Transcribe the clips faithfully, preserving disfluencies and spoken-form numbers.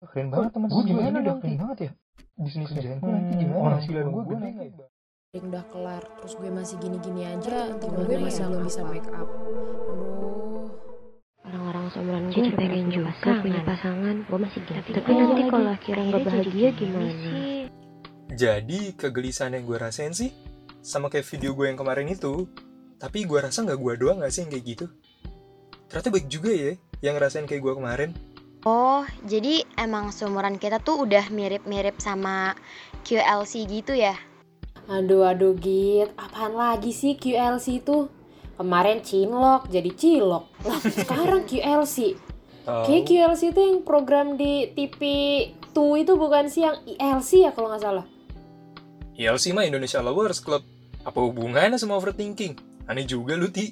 Keren banget teman-teman. Gue gimana dong? Keren banget ya. Bisnis kerjaan gue nanti gimana? Penghasilan gue gede nggak? Yang udah kelar, terus gue masih gini-gini aja, temen gue masih belum bisa make up. Aduh. Orang-orang seumuran gue juga pengen juga punya pasangan. Gue masih gitu. Tapi nanti kalau akhirnya nggak bahagia gimana? Jadi kegelisahan yang gue rasain sih sama kayak video gue yang kemarin itu. Tapi gue rasa nggak gue doang nggak sih yang kayak gitu. Ternyata baik juga ya yang ngerasain kayak gue kemarin. Oh, jadi emang seumuran kita tuh udah mirip-mirip sama Q L C gitu ya? Aduh, aduh Git, apaan lagi sih Q L C itu? Kemarin Cinlok, jadi Cilok. Lah, sekarang Q L C. Oh. Kayak Q L C itu yang program di T V dua itu bukan sih yang I L C ya kalau nggak salah? I L C mah Indonesia Lovers Club. Apa hubungannya sama overthinking? Aneh juga lu, Ti.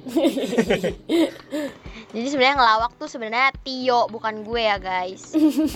Jadi sebenarnya ngelawak tuh sebenarnya Tio, bukan gue ya guys.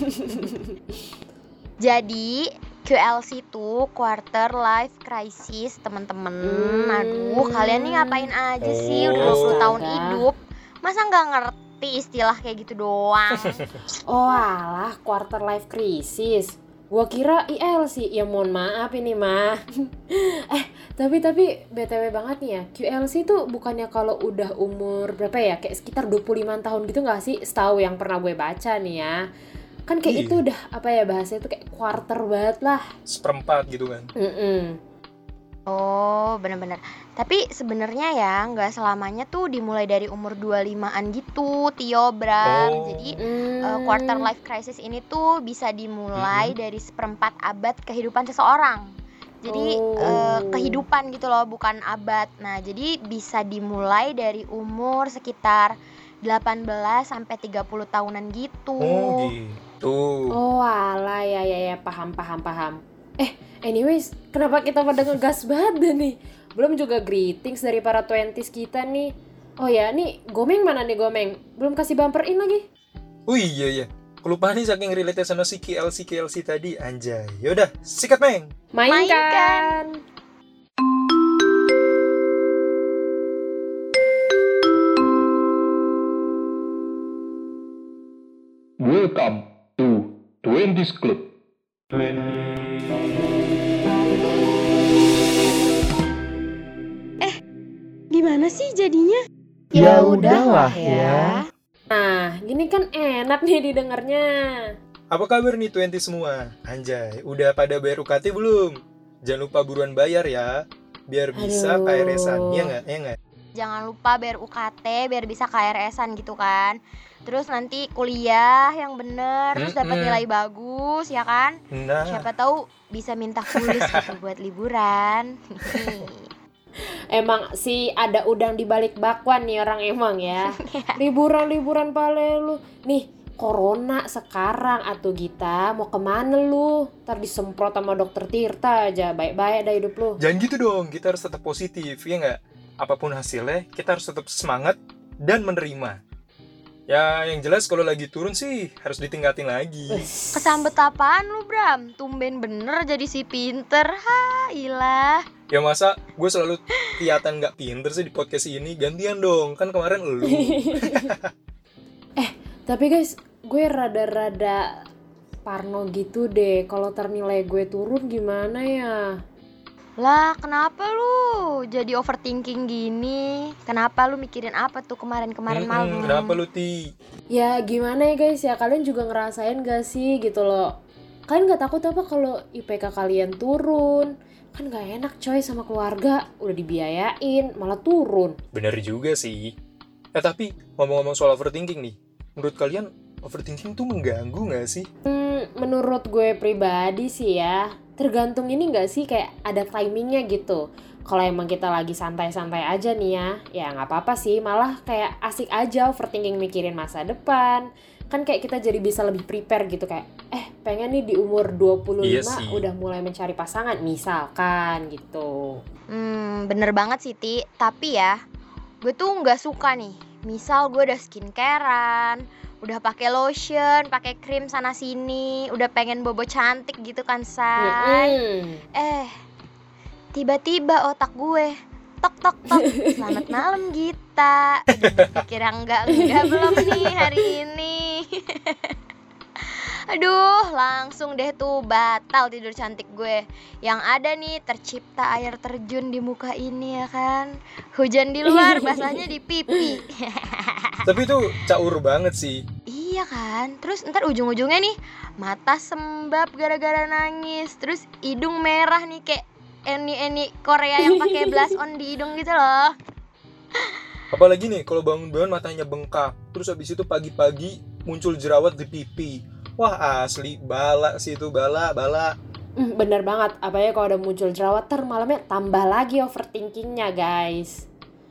Jadi Q L C itu quarter life crisis teman-teman. Hmm. Aduh, kalian nih ngapain aja sih udah dua puluh Astaga. tahun hidup? Masa nggak ngerti istilah kayak gitu doang? Oh alah, quarter life crisis. Gua kira I L C. Ya mohon maaf ini mah. eh, tapi tapi B T W banget nih ya. Q L C tuh bukannya kalau udah umur berapa ya? Kayak sekitar dua puluh lima tahun gitu enggak sih? Setahu yang pernah gue baca nih ya. Kan kayak Iya. itu udah apa ya bahasanya tuh kayak quarter banget lah. Seperempat gitu kan. Mm-mm. Oh, benar-benar. Tapi sebenarnya ya nggak selamanya tuh dimulai dari umur dua puluh limaan gitu, Tio, Bram. Oh. Jadi Mm. uh, quarter life crisis ini tuh bisa dimulai dari seperempat abad kehidupan seseorang. Jadi Oh. uh, kehidupan gitu loh, bukan abad. Nah, jadi bisa dimulai dari umur sekitar delapan belas sampai tiga puluh tahunan gitu. Oh gitu. Oh alah ya ya ya paham paham paham. Eh anyways kenapa kita pada ngegas banget dah nih? Belum juga greetings dari para twenties kita nih. Oh ya nih Gomeng mana nih Gomeng? Belum kasih bumper in lagi. Oh iya ya. Kelupaan nih saking relate sama si Q L C Q L C tadi. Anjay. Yaudah, sikat Meng. Mainkan. Mainkan. Welcome to twenties Club. Gimana sih jadinya? Ya udahlah ya. Nah gini kan enak nih didengarnya. Apa kabar nih twenty semua? Anjay, udah pada bayar U K T belum? Jangan lupa buruan bayar ya. Biar bisa Aduh. K R S-an. Iya nggak? Iya nggak? Jangan lupa bayar U K T biar bisa K R S-an gitu kan. Terus nanti kuliah yang bener, terus dapat Mm-mm. nilai bagus ya kan. Nah, Siapa tahu bisa minta fulus gitu buat liburan. Emang sih ada udang di balik bakwan nih orang emang ya. Liburan-liburan pale lu. Nih corona sekarang atuh Gita mau kemana lu? Ntar disemprot sama dokter Tirta aja. Baik-baik dah hidup lu. jangan gitu dong. Kita harus tetap positif, ya nggak? Apapun hasilnya, kita harus tetap semangat dan menerima. Ya, yang jelas kalau lagi turun sih harus ditingkatin lagi. Kesambet apaan lu Bram? Tumben bener jadi si pinter. Ha ilah. Ya masa gue selalu kelihatan nggak pinter sih di podcast ini? Gantian dong, kan kemarin elu. Tapi guys, gue rada-rada parno gitu deh. Kalau ternilai gue turun gimana ya? Lah kenapa lu jadi overthinking gini? Kenapa lu mikirin apa tuh kemarin-kemarin Mm-mm, malam? Kenapa lu, Ti? Ya gimana ya guys ya, kalian juga ngerasain gak sih gitu loh. Kalian gak takut apa kalau I P K kalian turun? Kan gak enak coy sama keluarga, udah dibiayain malah turun. Bener juga sih. Eh tapi ngomong-ngomong soal overthinking nih, menurut kalian overthinking tuh mengganggu nggak sih? Hmm, menurut gue pribadi sih ya, tergantung ini gak sih kayak ada timingnya gitu. Kalau emang kita lagi santai-santai aja nih ya, ya gak apa-apa sih, malah kayak asik aja overthinking mikirin masa depan. Kan kayak kita jadi bisa lebih prepare gitu kayak, eh pengen nih di umur dua puluh lima Iya sih. udah mulai mencari pasangan misalkan gitu. Hmm, bener banget sih Ti. Tapi ya, gue tuh nggak suka nih. Misal gue udah skincarean, udah pakai lotion, pakai krim sana sini, udah pengen bobo cantik gitu kan say. Mm-mm. Eh, tiba-tiba otak gue tok tok tok. Selamat malam Gita. Udah berpikir yang enggak enggak belum nih hari ini. Aduh, langsung deh tuh batal tidur cantik gue. Yang ada nih tercipta air terjun di muka ini ya kan. Hujan di luar, basahnya di pipi. Tapi itu caur banget sih. Iya kan. Terus ntar ujung-ujungnya nih mata sembab gara-gara nangis. Terus hidung merah nih kayak Eni-eni Korea yang pakai blush on di hidung gitu loh. Apalagi nih kalau bangun-bangun matanya bengkak. Terus habis itu pagi-pagi muncul jerawat di pipi. Wah asli bala sih itu, bala bala. Hmm, bener banget, apalagi kalau udah muncul jerawat ter malamnya tambah lagi overthinkingnya guys.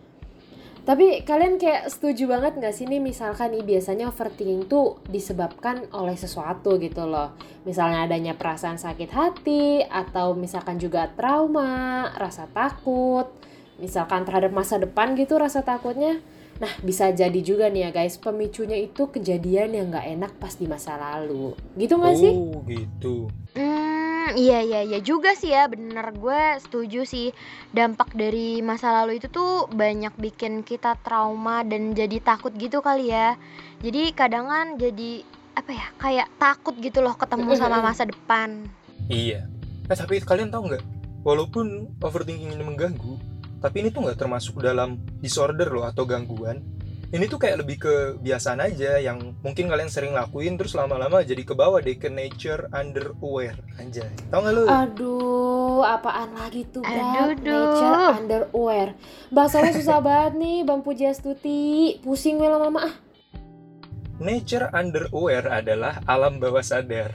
Tapi kalian kayak setuju banget gak sih nih misalkan nih biasanya overthinking tuh disebabkan oleh sesuatu gitu loh. Misalnya adanya perasaan sakit hati atau misalkan juga trauma, rasa takut, misalkan terhadap masa depan gitu rasa takutnya. Nah bisa jadi juga nih ya guys, pemicunya itu kejadian yang gak enak pas di masa lalu. Gitu gak sih? Oh gitu. Hmm, iya iya iya juga sih ya, bener, gue setuju sih. Dampak dari masa lalu itu tuh banyak bikin kita trauma dan jadi takut gitu kali ya. Jadi kadang kan jadi apa ya, kayak takut gitu loh ketemu sama masa depan. Iya. Eh tapi kalian tahu nggak? Walaupun overthinking ini mengganggu, tapi ini tuh nggak termasuk dalam disorder loh atau gangguan. Ini tuh kayak lebih ke kebiasaan aja yang mungkin kalian sering lakuin terus lama-lama jadi kebawa deh ke nature underwear. Anjay, tau gak lu? Aduh, apaan lagi tuh Aduh, Bab? duh. Nature underwear. Bahasanya susah banget nih Bang Pujiastuti. Pusing gue lama-lama ah. Nature underwear adalah alam bawah sadar.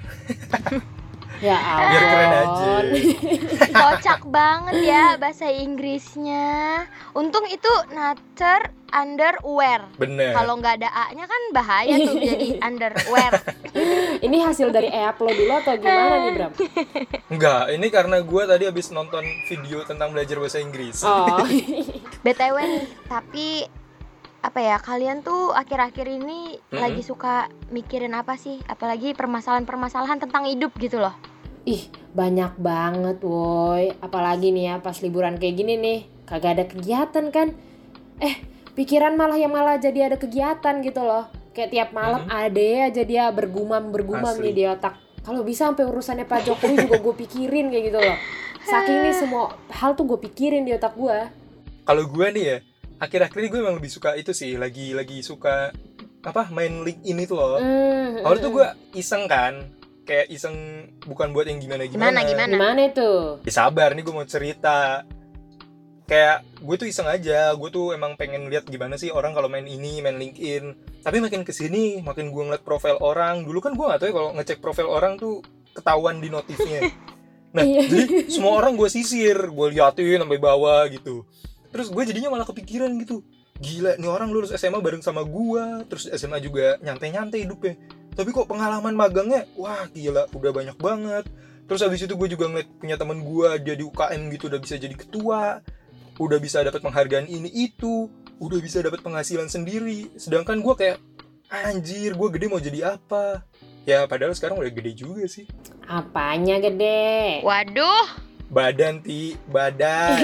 Ya ampun. Biar keren aja. Kocak banget ya bahasa Inggrisnya. Untung itu nature underwear. Bener. Kalau nggak ada A-nya kan bahaya tuh jadi underwear. Ini hasil dari e-app lo dulu atau gimana nih Bram? Enggak, ini karena gue tadi habis nonton video tentang belajar bahasa Inggris. Oh. B T W nih, tapi apa ya, kalian tuh akhir-akhir ini Mm-mm. lagi suka mikirin apa sih? Apalagi permasalahan-permasalahan tentang hidup gitu loh. Ih, banyak banget woi. Apalagi nih ya pas liburan kayak gini nih, kagak ada kegiatan kan. Eh, pikiran malah yang malah jadi ada kegiatan gitu loh. Kayak tiap malam Mm-mm. ada aja dia bergumam-bergumam Asli. nih di otak. Kalau bisa sampai urusannya Pak Jokowi juga gue pikirin kayak gitu loh. Saking nih semua hal tuh gue pikirin di otak gue. Kalau gue nih ya, akhir-akhir ini gue emang lebih suka itu sih, lagi lagi suka apa main LinkedIn itu loh. Mm, Awalnya tuh gue iseng kan, kayak iseng bukan buat yang gimana-gimana. Gimana, gimana? Gimana itu? Ya sabar nih gue mau cerita. Kayak gue tuh iseng aja, gue tuh emang pengen lihat gimana sih orang kalau main ini, main LinkedIn. Tapi makin kesini, makin gue ngeliat profil orang. Dulu kan gue nggak tahu ya kalau ngecek profil orang tuh ketahuan di notifnya. Nah, Iya. jadi semua orang gue sisir, gue liatin sampai bawah gitu. Terus gue jadinya malah kepikiran gitu. Gila, nih orang lulus S M A bareng sama gue, terus S M A juga nyantai-nyantai hidupnya. Tapi kok pengalaman magangnya, wah gila, udah banyak banget. Terus habis itu gue juga ngeliat punya teman gue, dia di U K M gitu udah bisa jadi ketua, udah bisa dapat penghargaan ini itu, udah bisa dapat penghasilan sendiri. Sedangkan gue kayak, anjir, gue gede mau jadi apa? Ya padahal sekarang udah gede juga sih. Apanya gede? Waduh, Badan, Ti, badan.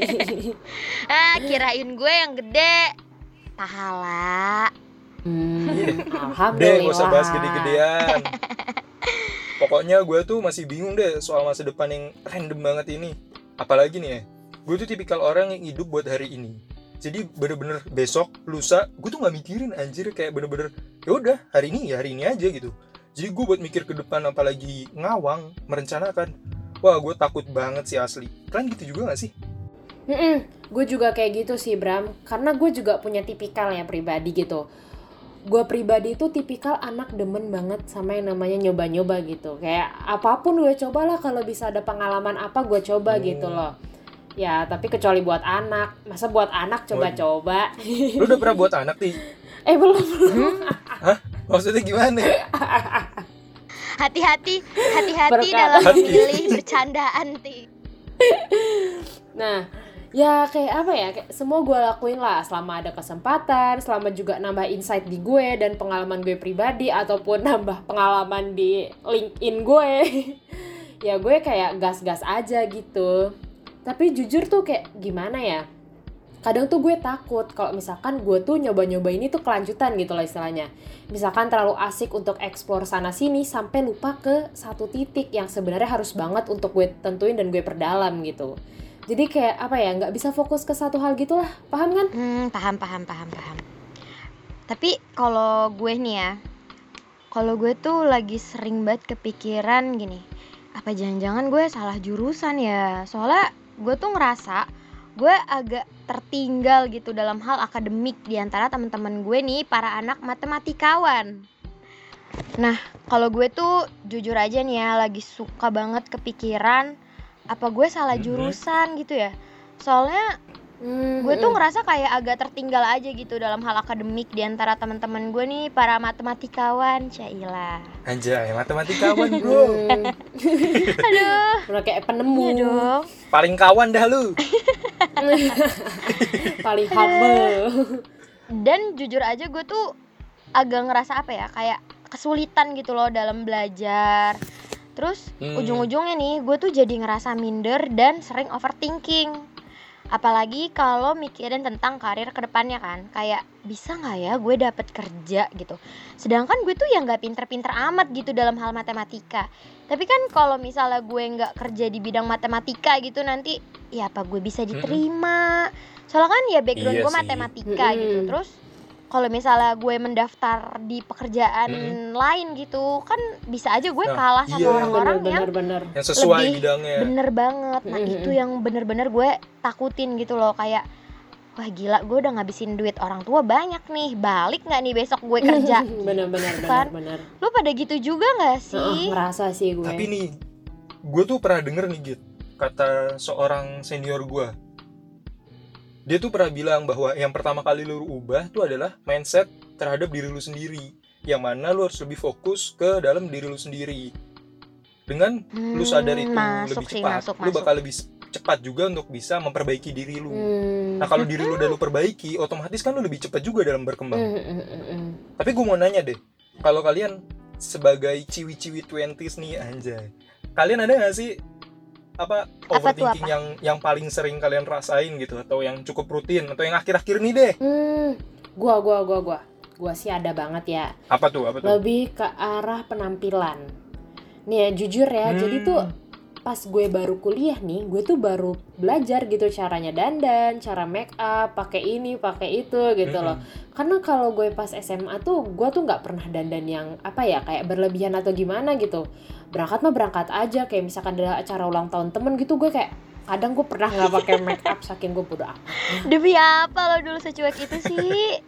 ah kirain gue yang gede. Pahala. Hmm, Deh, alhamdulillah. gak usah bahas gede-gedean. Pokoknya gue tuh masih bingung deh soal masa depan yang random banget ini. Apalagi nih ya, gue tuh tipikal orang yang hidup buat hari ini. Jadi bener-bener besok, lusa, gue tuh gak mikirin anjir. Kayak bener-bener, yaudah hari ini ya hari ini aja gitu. Jadi gue buat mikir ke depan, apalagi ngawang, merencanakan. Wah gue takut banget sih asli. Kalian gitu juga gak sih? Mm-mm, gue juga kayak gitu sih Bram. Karena gue juga punya tipikal ya pribadi gitu. Gue pribadi itu tipikal anak demen banget sama yang namanya nyoba-nyoba gitu. Kayak apapun gue cobalah, kalau bisa ada pengalaman apa gue coba Hmm. gitu loh. Ya tapi kecuali buat anak. Masa buat anak coba-coba? Lu udah pernah buat anak, Ti? Eh belum belum. Maksudnya gimana? Hati-hati, hati-hati Berkat. dalam Hati. memilih bercandaan, Ti. Nah, ya kayak apa ya, kayak semua gue lakuin lah selama ada kesempatan, selama juga nambah insight di gue dan pengalaman gue pribadi, ataupun nambah pengalaman di LinkedIn gue. Ya gue kayak gas-gas aja gitu. Tapi jujur tuh kayak gimana ya, kadang tuh gue takut kalau misalkan gue tuh nyoba-nyoba ini tuh kelanjutan gitu lah istilahnya. Misalkan terlalu asik untuk explore sana sini sampai lupa ke satu titik yang sebenarnya harus banget untuk gue tentuin dan gue perdalam gitu. Jadi kayak apa ya, nggak bisa fokus ke satu hal gitu lah, paham kan? Hmm, paham, paham, paham, paham. Tapi kalau gue nih ya, kalau gue tuh lagi sering banget kepikiran gini, apa jangan-jangan gue salah jurusan ya? Soalnya gue tuh ngerasa gue agak tertinggal gitu dalam hal akademik di antara teman-teman gue nih, para anak matematikawan. Nah, kalau gue tuh jujur aja nih ya, lagi suka banget kepikiran apa gue salah jurusan gitu ya. Soalnya Hmm, gue tuh ngerasa kayak agak tertinggal aja gitu dalam hal akademik di antara teman-teman gue nih, para matematikawan. Cailah. Anjay, matematikawan bro. hmm. Aduh. Udah kayak penemu. Iya dong. Paling kawan dah lu. Paling humble. Dan jujur aja gue tuh agak ngerasa apa ya, kayak kesulitan gitu loh dalam belajar. Terus Hmm. ujung-ujungnya nih gue tuh jadi ngerasa minder dan sering overthinking. Apalagi kalau mikirin tentang karir kedepannya kan, kayak bisa nggak ya gue dapet kerja gitu. Sedangkan gue tuh ya nggak pinter-pinter amat gitu dalam hal matematika. Tapi kan kalau misalnya gue nggak kerja di bidang matematika gitu, nanti ya apa gue bisa diterima? Soalnya kan ya background Iya gue sih. matematika Mm-mm. gitu. Terus kalau misalnya gue mendaftar di pekerjaan lain gitu, kan bisa aja gue Nah, kalah sama iya. orang-orang yang Bener-bener. Yang sesuai lebih bidangnya. bener banget. Nah Mm-mm. itu yang bener-bener gue takutin gitu loh, kayak wah gila, gue udah ngabisin duit orang tua banyak nih, balik nggak nih besok gue kerja? Bener-bener. Kan? Bener-bener. Lu pada gitu juga nggak Heeh, sih? ngerasa sih gue. Tapi nih, gue tuh pernah denger nih Git, kata seorang senior gue. Dia tuh pernah bilang bahwa yang pertama kali lu ubah tuh adalah mindset terhadap diri lu sendiri, yang mana lu harus lebih fokus ke dalam diri lu sendiri. Dengan lu sadar itu Hmm, masuk lebih sih, cepat, masuk, lu masuk. bakal lebih cepat juga untuk bisa memperbaiki diri lu. Hmm. Nah kalau diri lu udah lu perbaiki, otomatis kan lu lebih cepat juga dalam berkembang. Hmm, hmm, hmm, hmm. Tapi gue mau nanya deh, kalau kalian sebagai ciwi-ciwi twenties nih anjay, kalian ada gak sih apa Apa tuh, overthinking apa? yang yang paling sering kalian rasain gitu, atau yang cukup rutin, atau yang akhir-akhir ini deh? Hmm, gua gua gua gua gua sih ada banget ya. Apa tuh? Apa tuh? Lebih ke arah penampilan. Nih ya jujur ya, Hmm. jadi tuh pas gue baru kuliah nih, gue tuh baru belajar gitu caranya dandan, cara make up, pakai ini, pakai itu gitu loh. Karena kalau gue pas S M A tuh, gue tuh nggak pernah dandan yang apa ya, kayak berlebihan atau gimana gitu. Berangkat mah berangkat aja, kayak misalkan ada acara ulang tahun temen gitu, gue kayak kadang gue pernah nggak pakai make up saking gue bodo amat. Demi apa lo dulu secuek itu sih?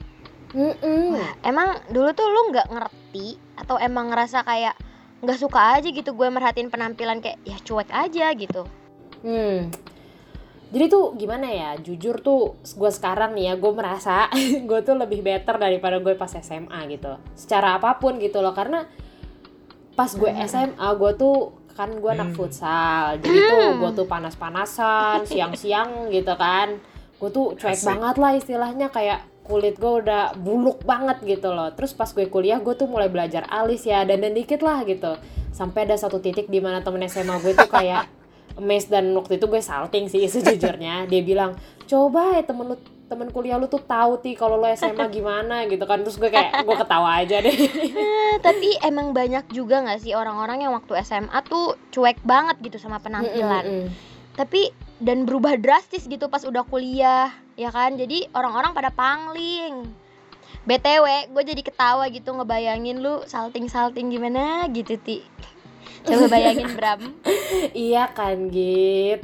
Mm-mm. Wah, emang dulu tuh lu nggak ngerti atau emang ngerasa kayak nggak suka aja gitu gue merhatiin penampilan, kayak ya cuek aja gitu? Hmm. Jadi tuh gimana ya, jujur tuh gue sekarang nih ya, gue merasa gue tuh lebih better daripada gue pas S M A gitu. Secara apapun gitu loh, karena pas gue S M A gue tuh kan gue anak futsal. Jadi tuh gue tuh panas-panasan, siang-siang gitu kan. Gue tuh cuek Asik. banget lah istilahnya, kayak kulit gue udah buluk banget gitu loh. Terus pas gue kuliah gue tuh mulai belajar alis ya, dandan dikit lah gitu. Sampai ada satu titik di mana temen S M A gue tuh kayak amazed, dan waktu itu gue salting sih sejujurnya. Dia bilang, coba ya temen lu, temen kuliah lu tuh tahu ti kalau lu S M A gimana gitu kan. Terus gue kayak gue ketawa aja deh. Eh, tapi emang banyak juga nggak sih orang-orang yang waktu S M A tuh cuek banget gitu sama penampilan. Mm-mm. Tapi dan berubah drastis gitu pas udah kuliah, ya kan? Jadi orang-orang pada pangling. B T W, gue jadi ketawa gitu ngebayangin lu salting-salting gimana gitu, Ti. Coba bayangin, Bram. Iya kan Git.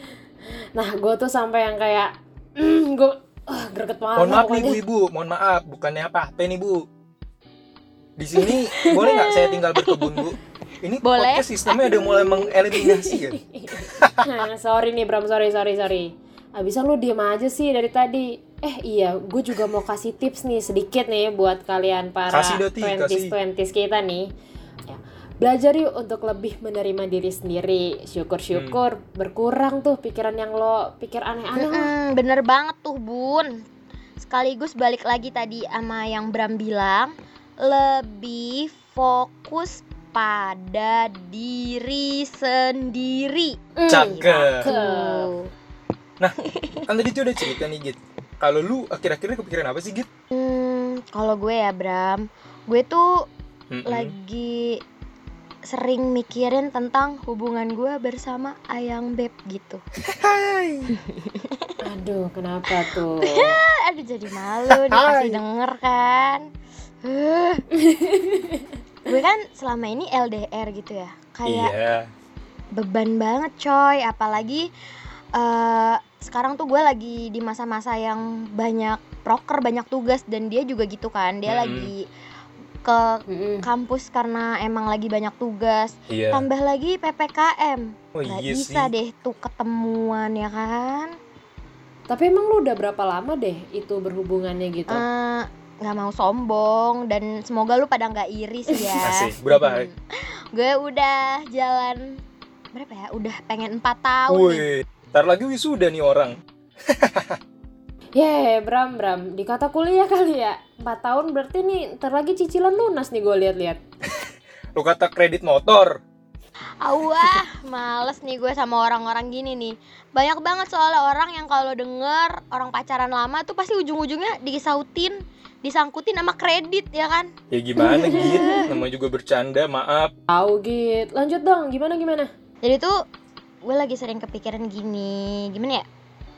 Nah gue tuh sampai yang kayak mm, gue uh, greget banget. Mohon maaf nih pokoknya. Bu Ibu, mohon maaf, bukannya apa-apa nih Bu. Di sini boleh nggak saya tinggal berkebun Bu? Ini Boleh. podcast sistemnya udah mulai mengeliminasi kan? Nah, sorry nih Bram, sorry sorry sorry. Abisan lu diem aja sih dari tadi. Eh iya, gue juga mau kasih tips nih sedikit nih buat kalian para Kasih deh, Ti, twenties kasih. twenties kita nih. Ya, belajar yuk untuk lebih menerima diri sendiri. Syukur-syukur berkurang tuh pikiran yang lo pikir aneh-aneh lah. Mm-mm, bener banget tuh, Bun. Sekaligus balik lagi tadi sama yang Bram bilang, lebih fokus pada diri sendiri. Mm, Cakep. cakep. Kan tadi tuh udah cerita nih Git. Kalau lu akhir-akhirnya kepikiran apa sih Git? Hmm, kalau gue ya Bram, gue tuh Mm-mm. lagi sering mikirin tentang hubungan gue bersama Ayang Beb gitu. Hai. Aduh, kenapa tuh? Aduh jadi malu nih pasti denger kan. Huh. Gue kan selama ini L D R gitu ya. Kayak Iya. beban banget coy. Apalagi eh, sekarang tuh gue lagi di masa-masa yang banyak proker, banyak tugas. Dan dia juga gitu kan. Dia Mm-mm. lagi ke Mm-mm. kampus karena emang lagi banyak tugas. Iya. Tambah lagi P P K M. Oh Gak iya bisa sih. deh tuh ketemuan ya kan. Tapi emang lu udah berapa lama deh itu berhubungannya gitu? Eh, nggak mau sombong dan semoga lu pada nggak iri sih ya. Asik. Berapa hari? Hmm. Gue udah jalan berapa ya? Udah pengen empat tahun nih. Wih, ntar lagi wisuda nih orang. Ye, Bram, Bram, di kata kuliah kali ya. empat tahun berarti nih ntar lagi cicilan lunas nih gue lihat-lihat. Lu kata kredit motor. Awah, males nih gue sama orang-orang gini nih. Banyak banget soalnya orang yang kalau denger orang pacaran lama tuh pasti ujung-ujungnya disautin, disangkutin sama kredit ya kan. Ya gimana Git? Namanya juga bercanda, maaf. Tahu Git. Lanjut dong, gimana gimana? Jadi tuh gue lagi sering kepikiran gini. Gimana ya?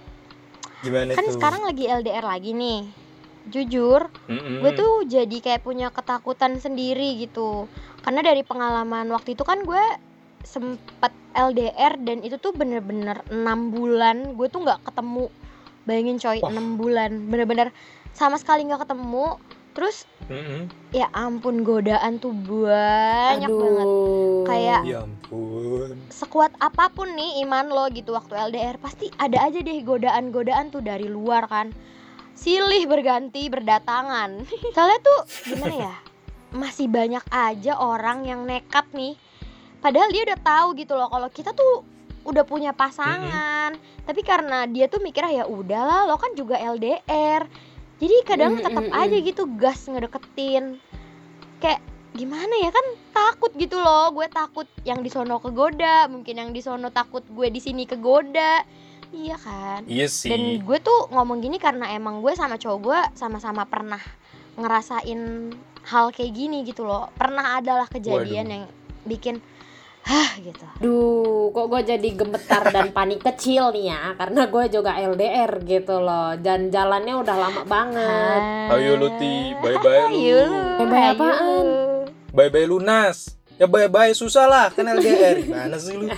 Gimana Kan tuh? sekarang lagi L D R lagi nih. Jujur, Mm-mm. gue tuh jadi kayak punya ketakutan sendiri gitu. Karena dari pengalaman waktu itu kan gue sempet L D R dan itu tuh bener-bener enam bulan gue tuh gak ketemu. Bayangin coy, Wah. enam bulan bener-bener sama sekali gak ketemu. Terus Mm-mm. ya ampun godaan tuh banyak Aduh. banget. Kayak Ya ampun. sekuat apapun nih iman lo gitu waktu L D R pasti ada aja deh godaan-godaan tuh dari luar kan. Silih berganti berdatangan. Soalnya tuh gimana ya? Masih banyak aja orang yang nekat nih. Padahal dia udah tahu gitu loh kalau kita tuh udah punya pasangan. Tapi karena dia tuh mikirnya ya udahlah lo kan juga L D R. Jadi kadang Mm, tetap mm, mm. aja gitu gas ngedeketin. Kayak gimana ya kan takut gitu loh. Gue takut yang di sono kegoda, mungkin yang di sono takut gue di sini kegoda. Iya kan? Iya sih. Dan gue tuh ngomong gini karena emang gue sama cowok gue sama-sama pernah ngerasain hal kayak gini gitu loh. Pernah adalah kejadian Waduh. yang bikin hah gitu. Duh, kok gue jadi gemetar dan panik kecil nih ya. Karena gue juga L D R gitu loh. Dan jalannya udah lama banget. Ayo lu Ti, bye-bye lu. Ayo lu. Bye-bye ayo apaan? lu. Bye-bye lunas. Ya bye-bye susah lah kan L D R. Gimana sih lu?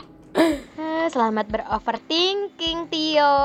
Ah, selamat beroverthinking Tio.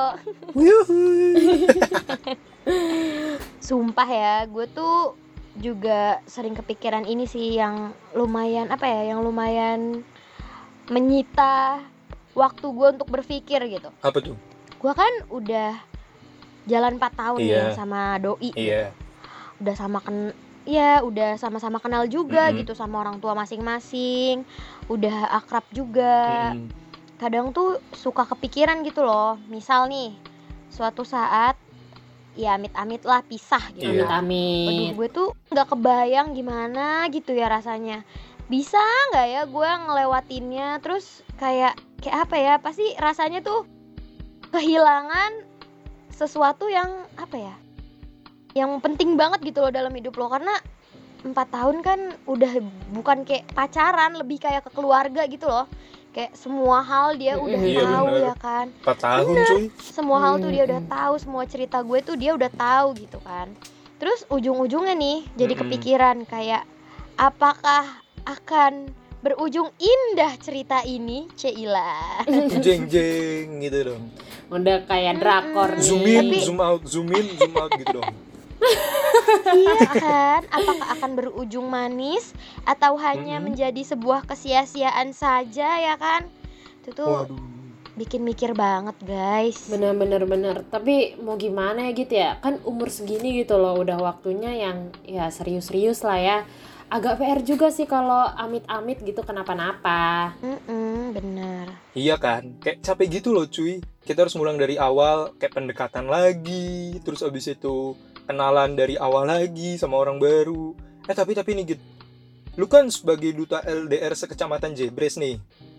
Sumpah ya, gue tuh juga sering kepikiran ini sih yang lumayan apa ya, yang lumayan menyita waktu gue untuk berpikir gitu. Apa tuh? Gue kan udah jalan empat tahun Iya. ya sama doi. Iya. Udah sama ken ya udah sama-sama kenal juga Mm-mm. gitu sama orang tua masing-masing. Udah akrab juga. Mm-mm. Kadang tuh suka kepikiran gitu loh. Misal nih, suatu saat ya amit-amit lah pisah gitu. Iya. kan. Waduh, Amit-amit. gue tuh nggak kebayang gimana gitu ya rasanya. Bisa nggak ya gue ngelewatinnya? Terus kayak kayak apa ya? Pasti rasanya tuh kehilangan sesuatu yang apa ya? Yang penting banget gitu loh dalam hidup lo. Karena empat tahun kan udah bukan kayak pacaran, lebih kayak ke keluarga gitu loh. Kayak semua hal dia udah Iya, tahu bener. ya kan. empat tahun cuy. Semua hal tuh dia udah Mm-mm. tahu, semua cerita gue tuh dia udah tahu gitu kan. Terus ujung-ujungnya nih jadi Mm-mm. kepikiran kayak apakah akan berujung indah cerita ini, Ceila. Jeng jeng gitu dong. Udah kayak drakor nih. Zoom in, Tapi- zoom out, zoom in, zoom out gitu dong. Iya kan? Apakah akan berujung manis atau hanya Mm-mm. menjadi sebuah kesia-siaan saja ya kan? Itu tuh Waduh. bikin mikir banget, guys. Bener-bener bener. Tapi mau gimana ya gitu ya. Kan umur segini gitu loh. Udah waktunya yang ya serius-serius lah ya. Agak P R juga sih kalau amit-amit gitu kenapa-napa. Mm-mm, bener. Iya kan? Kayak capek gitu loh cuy. Kita harus ngulang dari awal, kayak pendekatan lagi, terus abis itu kenalan dari awal lagi sama orang baru. Eh tapi tapi nih Git, lu kan sebagai duta L D R sekecamatan Jebres nih.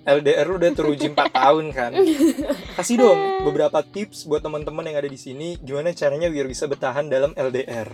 L D R lu udah teruji empat tahun kan. Kasih dong beberapa tips buat teman-teman yang ada di sini gimana caranya biar bisa bertahan dalam L D R.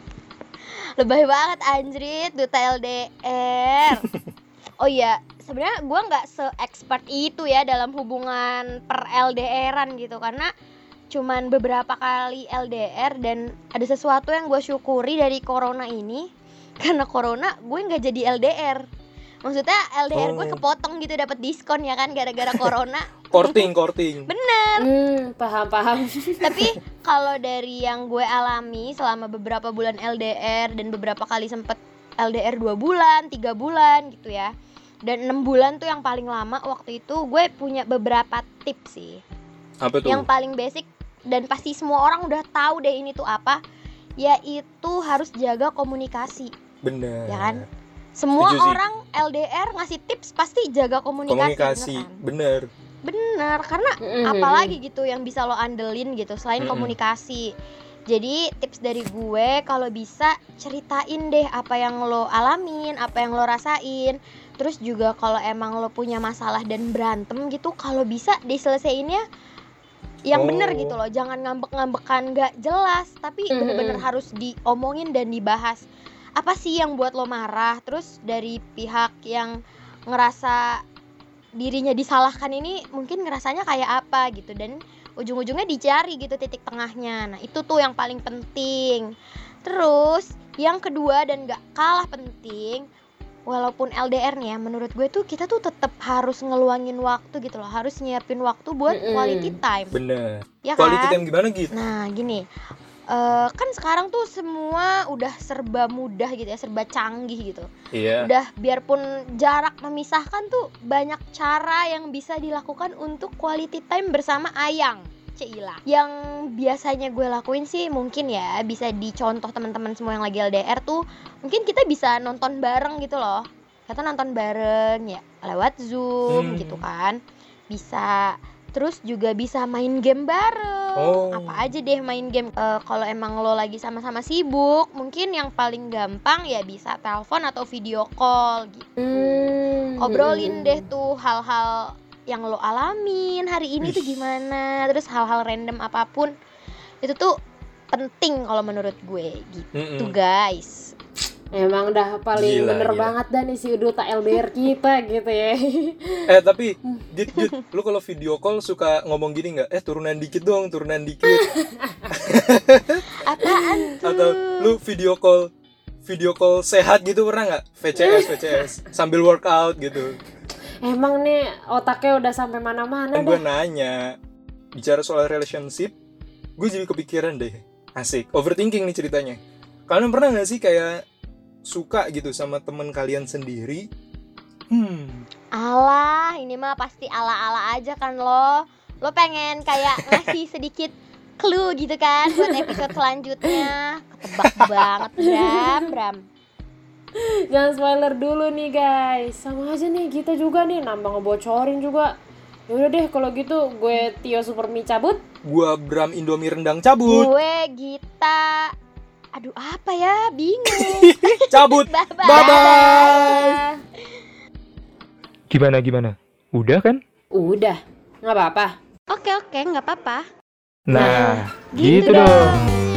Lebay banget anjrit, duta L D R. Oh iya, sebenarnya gue nggak se-expert itu ya dalam hubungan per L D R-an gitu, karena cuman beberapa kali L D R dan ada sesuatu yang gue syukuri dari corona ini. Karena corona gue nggak jadi L D R. Maksudnya L D R gue Oh. kepotong gitu, dapat diskon ya kan gara-gara corona. Courting, courting. Bener. Hmm, paham paham. Tapi kalau dari yang gue alami selama beberapa bulan L D R dan beberapa kali sempet L D R dua bulan, tiga bulan gitu ya. Dan enam bulan tuh yang paling lama waktu itu, gue punya beberapa tips sih. Apa tuh? Yang paling basic dan pasti semua orang udah tahu deh ini tuh apa, yaitu harus jaga komunikasi, Bener. ya kan? Semua Setuju sih. orang L D R ngasih tips pasti jaga komunikasi, Komunikasi, bener kan? bener. Bener, karena Mm-mm. apalagi gitu yang bisa lo andelin gitu selain Mm-mm. komunikasi. Jadi tips dari gue, kalau bisa ceritain deh apa yang lo alamin, apa yang lo rasain. Terus juga kalau emang lo punya masalah dan berantem gitu, kalau bisa diselesaiinnya yang Oh. bener gitu loh. Jangan ngambek-ngambekan gak jelas, tapi Mm-mm. bener-bener harus diomongin dan dibahas. Apa sih yang buat lo marah? Terus dari pihak yang ngerasa dirinya disalahkan ini mungkin ngerasanya kayak apa gitu, dan ujung-ujungnya dicari gitu titik tengahnya. Nah itu tuh yang paling penting. Terus yang kedua dan gak kalah penting, walaupun L D R nih ya, menurut gue tuh kita tuh tetap harus ngeluangin waktu gitu loh, harus nyiapin waktu buat Mm-mm. quality time, Bener. ya Quality kan? time gimana gitu? Nah gini, eh, kan sekarang tuh semua udah serba mudah gitu ya, serba canggih gitu. Iya. Udah biarpun jarak memisahkan tuh banyak cara yang bisa dilakukan untuk quality time bersama Ayang. Cila. Yang biasanya gue lakuin sih mungkin ya bisa dicontoh teman-teman semua yang lagi L D R tuh, mungkin kita bisa nonton bareng gitu loh. Kita nonton bareng ya lewat Zoom Hmm. gitu kan. Bisa. Terus juga bisa main game bareng. Oh. Apa aja deh main game. Eh, kalau emang lo lagi sama-sama sibuk, mungkin yang paling gampang ya bisa telepon atau video call gitu. Hmm. Obrolin deh tuh hal-hal yang lo alamin hari ini tuh Ih. gimana. Terus hal-hal random apapun itu tuh penting kalau menurut gue gitu Mm-mm. guys. Emang udah paling Gila, bener gila. banget dan isi duta L D R kita gitu ya. Eh tapi, Dit, Dit, lu kalau video call suka ngomong gini nggak? Eh turunan dikit dong, turunan dikit. Apaan tuh? Atau lu video call, video call sehat gitu pernah nggak? V C S, V C S, sambil workout gitu. Emang nih otaknya udah sampai mana-mana Kan gue dah. nanya, bicara soal relationship, gue jadi kepikiran deh. Asik, overthinking nih ceritanya. Kalian pernah nggak sih kayak suka gitu sama teman kalian sendiri? Hmm, Alah, ini mah pasti ala-ala aja kan lo. Lo pengen kayak ngasih sedikit clue gitu kan buat episode selanjutnya. Ketebak banget, Bram, Bram. Jangan spoiler dulu nih guys. Sama aja nih kita juga nih nambah ngebocorin juga. Yaudah deh kalau gitu gue Tio Supermi cabut. gue Bram Indomie rendang cabut, Gue Gita. Aduh, apa ya? Bingung. cabut. Bye-bye. Bye-bye. Gimana gimana? Udah kan? Udah, nggak apa-apa. Oke, oke, nggak apa-apa. Nah, gitu dong.